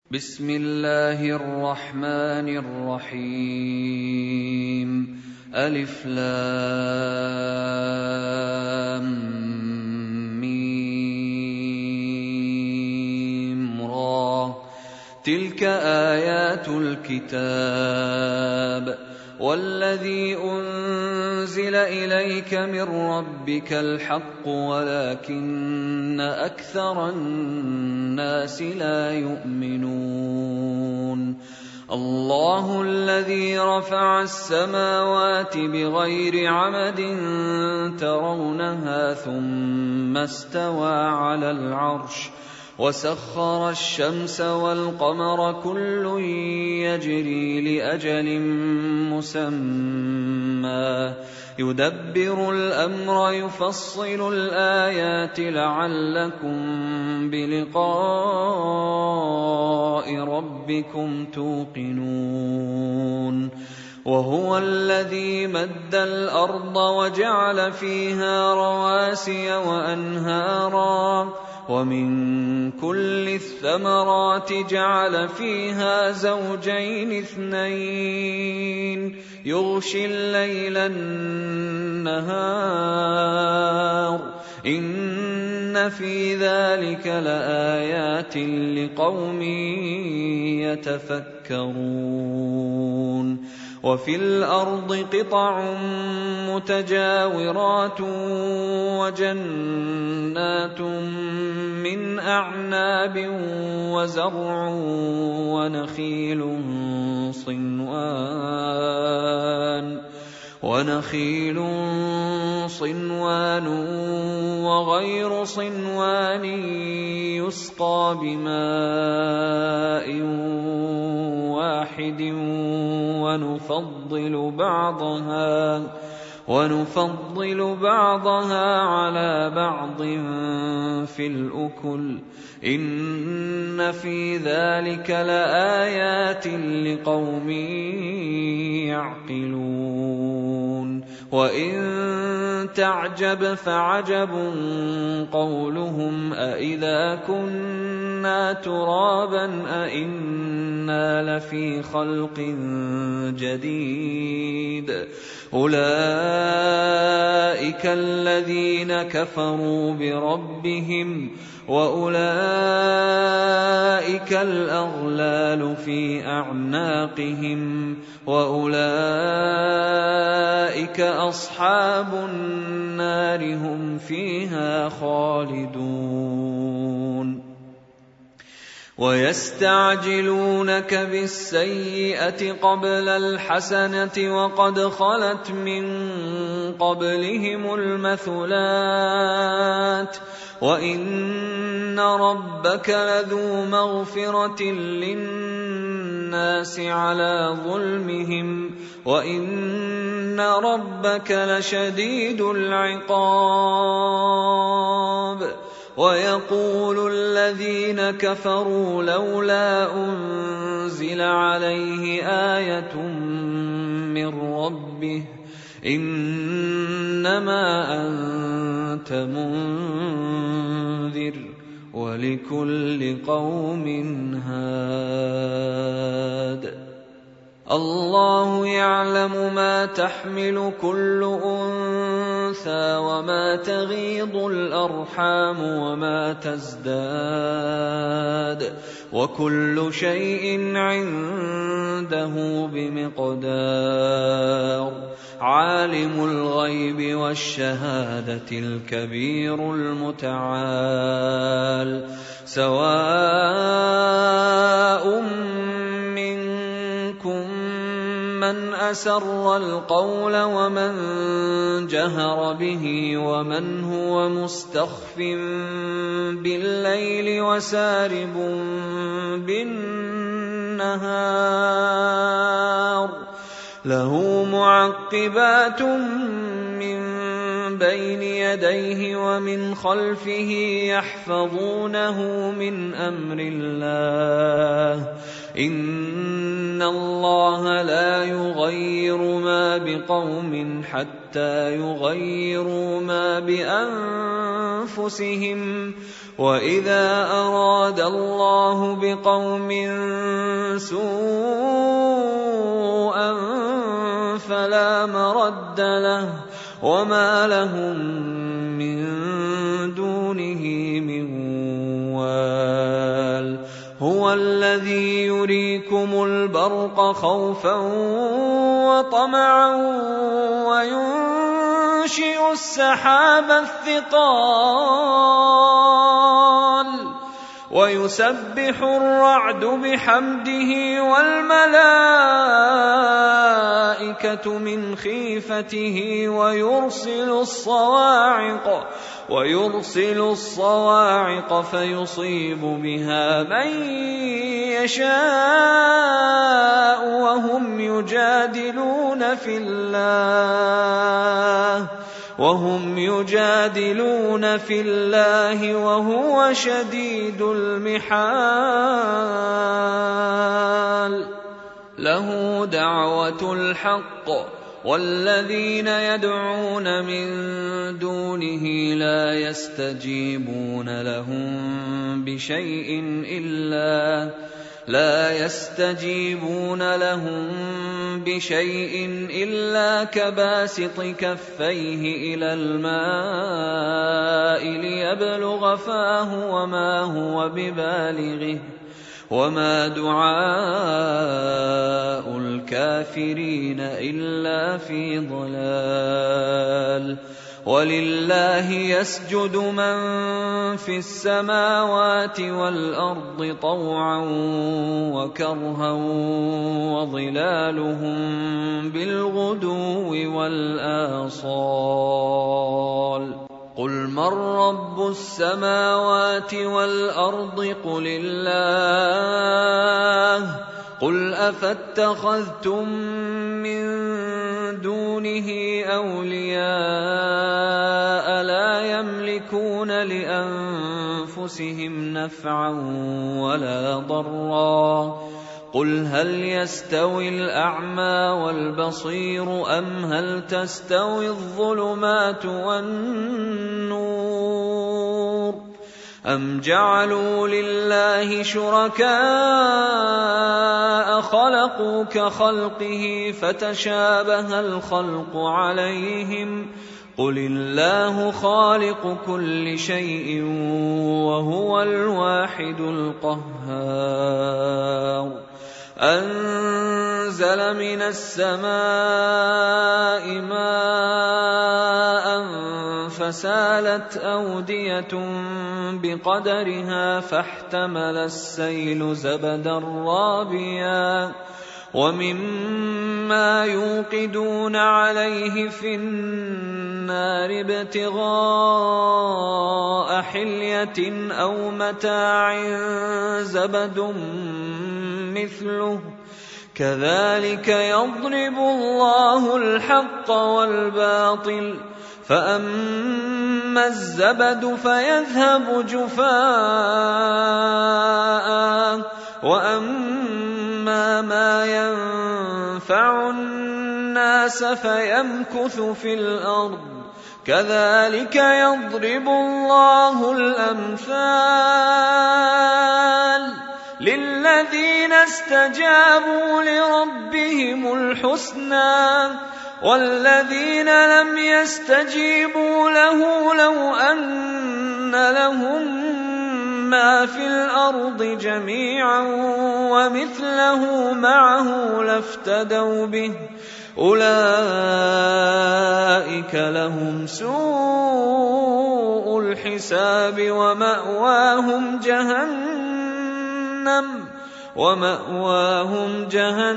بسم الله الرحمن الرحيم. ألف لام ميم را. تلك آيات الكتاب والذي أنزل إليك من ربك الحق ولكن أكثر الناس لا يؤمنون. الله الذي رفع السماوات بغير عمد ترونها ثم استوى على العرش وسخر الشمس والقمر كل يجري لأجل مسمى يدبر الأمر يفصل الآيات لعلكم بلقاء ربكم توقنون. وهو الذي مد الأرض وجعل فيها رواسي وأنهارا ومن كل الثمرات جعل فيها زوجين اثنين يغشي الليل النهار إن في ذلك لآيات لقوم يتفكرون. وفي الأرض قطع متجاورات وجنات من أعناب وزرع ونخيل صنوان وغير صنوان يسقى بماء واحد ونفضل بعضها على بعض في الأكل إن في ذلك لآيات لقوم يعقلون. وإن تعجب فعجب قولهم أإذا كنا ترابا أإنا لفي خلق جديد أولئك الذين كفروا بربهم وأولئك الأغلال في أعناقهم وأولئك أصحاب النار هم فيها خالدون. ويستعجلونك بالسيئة قبل الحسنة وقد خلت من قبلهم المثلات وإن ربك لذو مغفرة للناس على ظلمهم وإن ربك لشديد العقاب. ويقول الذين كفروا لولا أنزل عليه آية من ربه إنما أنت منذر ولكل قوم هاد. الله يعلم ما تحمل كل أنثى وما تغيض الأرحام وما تزداد وكل شيء عنده بمقدار. عالم الغيب والشهادة الكبير المتعال سواء منكم من أسر القول ومن جهر به ومن هو مستخف بالليل وسارب بالنهار له معقبات من بين يديه ومن خلفه يحفظونه من أمر الله إن الله لا يغير ما بقوم حتى يغيروا ما بأنفسهم وإذا أراد الله بقوم سوءا فلا مرد له وما لهم من دونه من وال هو الذي يريكم البرق خوفا وطمعا وينشئ السحاب الثقال ويسبح الرعد بحمده والملائكة من خيفته ويرسل الصواعق فيصيب بها من يشاء وهم يجادلون في الله وهو شديد المحال له دعوة الحق والذين يدعون من دونه لا يستجيبون لهم بشيء إلا كباسط كفيه إلى الماء ليبلغ فاه وما هو ببالغه وما دعاء الكافرين إلا في ضلال ولله يسجد من في السماوات والأرض طوعا وكرها وظلالهم بالغدو والآصال قل من رب السماوات والأرض قل الله قل أفاتخذتم من دونه أولياء لا يملكون لأنفسهم نفعا ولا ضرا قل هل يستوي الأعمى والبصير أم هل تستوي الظلمات والنور أم جعلوا لله شركاء خلقوا كخلقه فتشابه الخلق عليهم قل الله خالق كل شيء وهو الواحد القهار أنزل من السماء ماء فسالت أودية بقدرها فاحتمل السيل زبدا رابيا ومما يوقدون عليه في النار ابتغاء حلية أو متاع زبد مثله كذلك يضرب الله الحق والباطل فأما الزبد فيذهب جفاء وأما ما ينفع الناس فيمكث في الأرض كذلك يضرب الله الأمثال للذين استجابوا لربهم الحسنى والذين لم يستجيبوا له لو أن لهم ما في الأرض جميعا ومثله معه لافتدوا به أولئك لهم سوء الحساب ومأواهم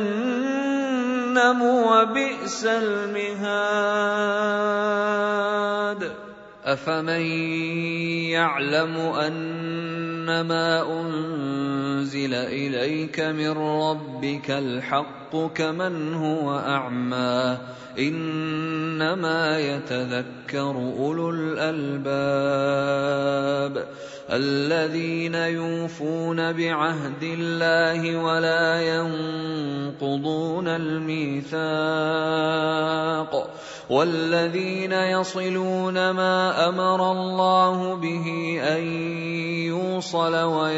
جهنم وبئس المهاد أفمن يعلم أنما أنزل إليك من ربك الحق كمن هو أعمى إنما يتذكر أولو الألباب الذين يوفون بعهد الله ولا ينقضون الميثاق والذين يصلون ما أمر الله به أن يوصل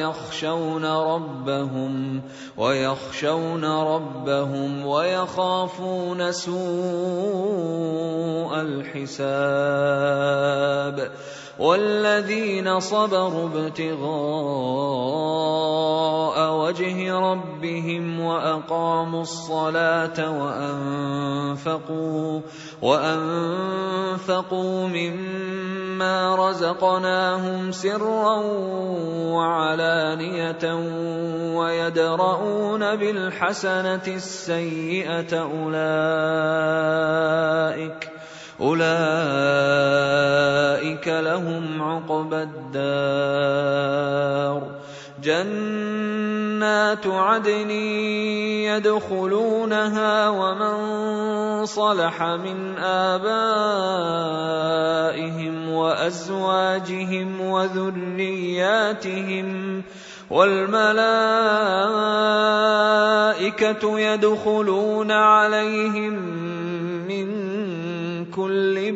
ويخشون ربهم ويخافون سوء الحساب والذين صبروا ابتغاء وجه ربهم وأقاموا الصلاة وأنفقوا مما رزقناهم سرا وعلانية ويدرؤون بالحسنة السيئة أولئك لهم عقبى الدار جنات عدن يدخلونها ومن صلح من آبائهم وأزواجهم وذرياتهم والملائكة يدخلون عليهم من كل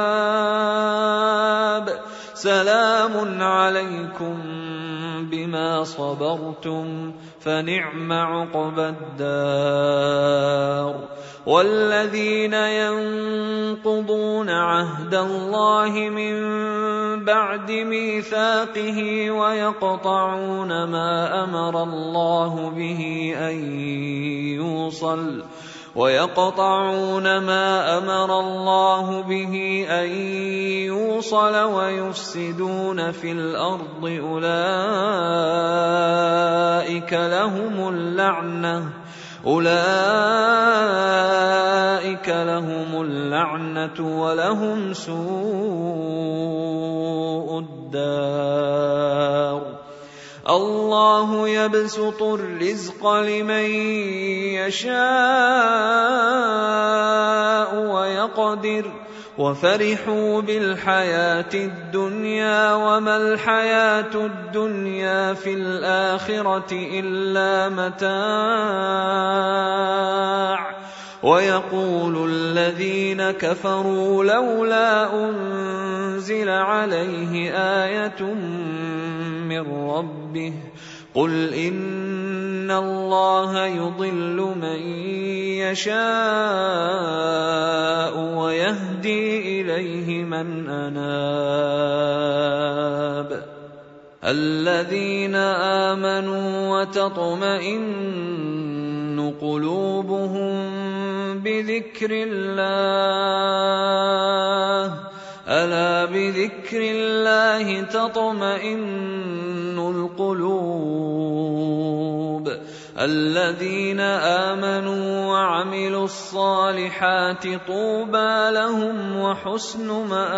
باب سلام عليكم بما صبرتم فنعم عقبى الدار والذين ينقضون عهد الله من بعد ميثاقه ويقطعون ما أمر الله به أن يوصل ويفسدون في الأرض أولئك لهم اللعنة ولهم سوء الدار الله يبسط الرزق لمن يشاء ويقدر وفرحوا بالحياة الدنيا وما الحياة الدنيا في الآخرة إلا متاع ويقول الذين كفروا لولا أنزل عليه آية من ربه قل إن الله يضل من يشاء ويهدي إليه من أناب الذين آمنوا وتطمئن قلوبهم بذكر الله ألا بذكر الله تطمئن القلوب الذين آمنوا وعملوا الصالحات طوبى لهم وحسن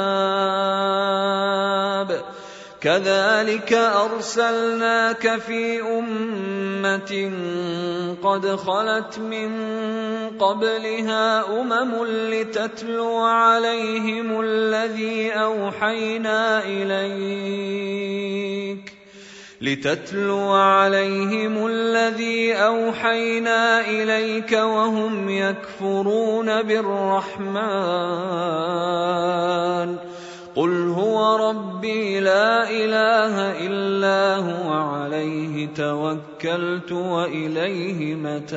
مآب كذلك أرسلناك في أمة قد خلت من قبلها لتتلو عليهم الذي أوحينا إليك وهم يكفرون بالرحمن قل هو ربي لا إله إلا هو عليه توكلت وإليه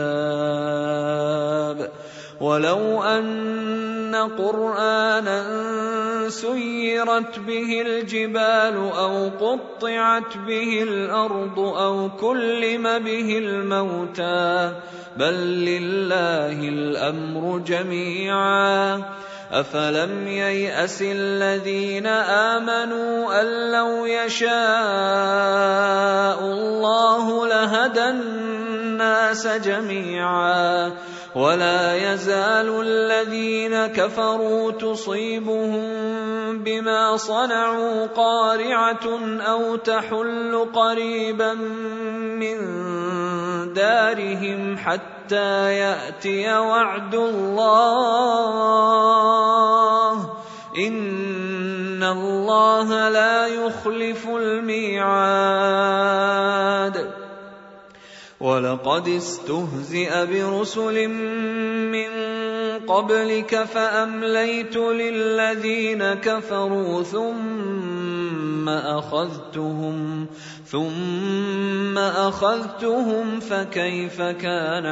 متاب ولو أن قرآنا سيرت به الجبال أو قطعت به الأرض أو كلم به الموتى بل لله الأمر جميعا أفلم ييأس الذين آمنوا أن لو يشاء الله لهدى الناس جميعا ولا يزال الذين كفروا تصيبهم بما صنعوا قارعة أو تحل قريبا من دارهم حتى يأتي وعد الله إن الله لا يخلف الميعاد ولقد استهزئ برسل من قبلك فأمليت للذين كفروا ثم أخذتهم فكيف كان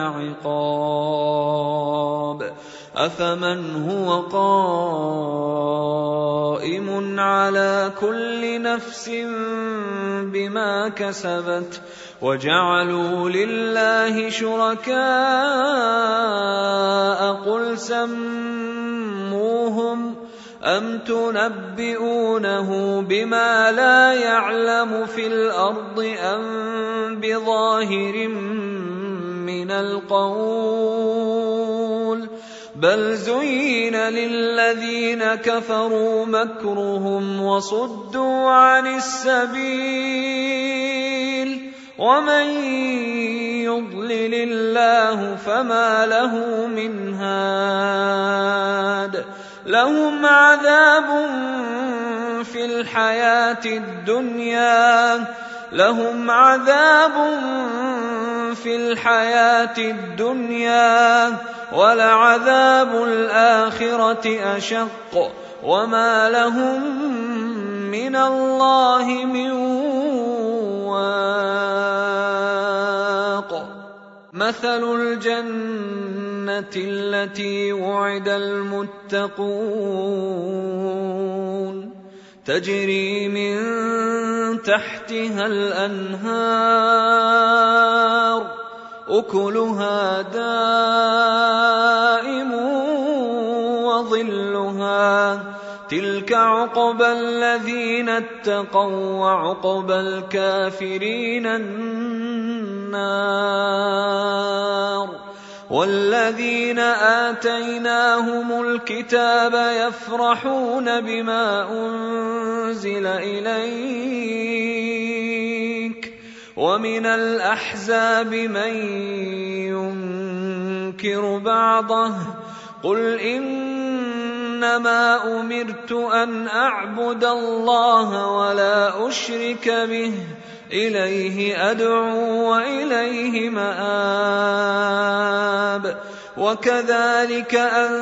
عقاب أفمن هو قائم على كل نفس بما كسبت وجعلوا لله شركاء قل سموهم أم تنبئونه بما لا يعلم في الأرض أم بظاهر من القول بل زين للذين كفروا مكرهم وصدوا عن السبيل ومن يضلل الله فما له من هاد لهم عذاب في الحياة الدنيا ولعذاب الآخرة أشق وما لهم من الله من واق مثل الجنة التي وعد المتقون تجري من تحتها الأنهار أكلها دائم وظلها تلك عقبى الذين اتقوا وعقبى الكافرين النار والذين آتيناهم الكتاب يفرحون بما أنزل إليك ومن الأحزاب من ينكر بعضه قل إنما أمرت أن أعبد الله ولا أشرك به إليه أدعو وإليه مآب وكذلك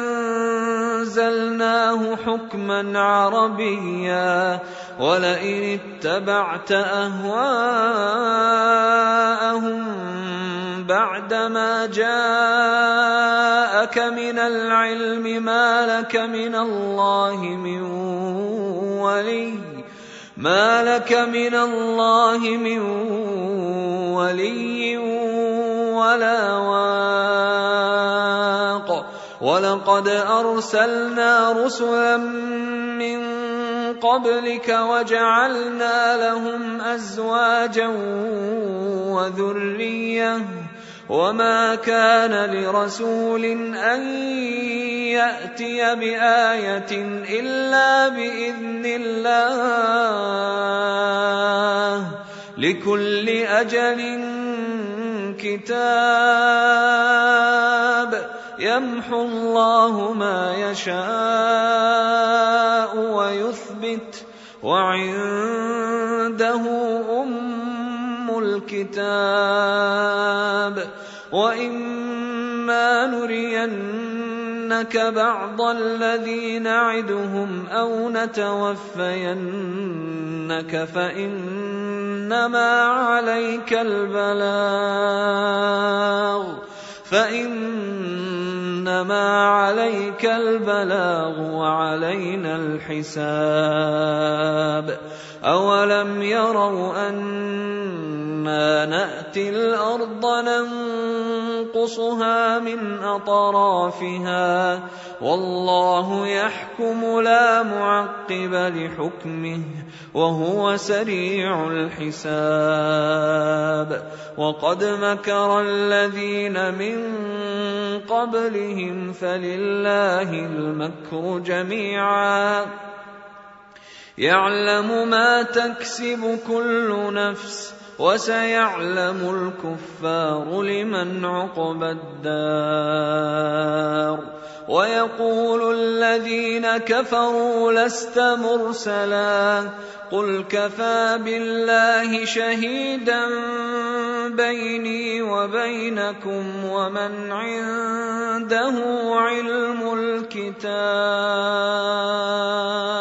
أنزلناه حكما عربيا ولئن اتبعت أهواءهم بعدما جاءك من العلم ما لك من الله من ولي ولا واق ولقد أرسلنا رسلا من قبلك وجعلنا لهم أزواجا وذرية وما كان لرسول أن يأتي بآية إلا بإذن الله لكل أجل كتاب يمحو الله ما يشاء ويثبت وعنده أم الكتاب وإما نرينك بعض الذي نعدهم أو نتوفينك فإنما عليك البلاغ وعلينا الحساب أولم يروا أنا نأتي الأرض ننقصها من أطرافها والله يحكم لا معقب لحكمه وهو سريع الحساب وقد مكر الذين من قبلهم فلله المكر جميعا يعلم ما تكسب كل نفس وسيعلم الكفار لمن عقبى الدار ويقول الذين كفروا لست مرسلا قل كفى بالله شهيدا بيني وبينكم ومن عنده علم الكتاب.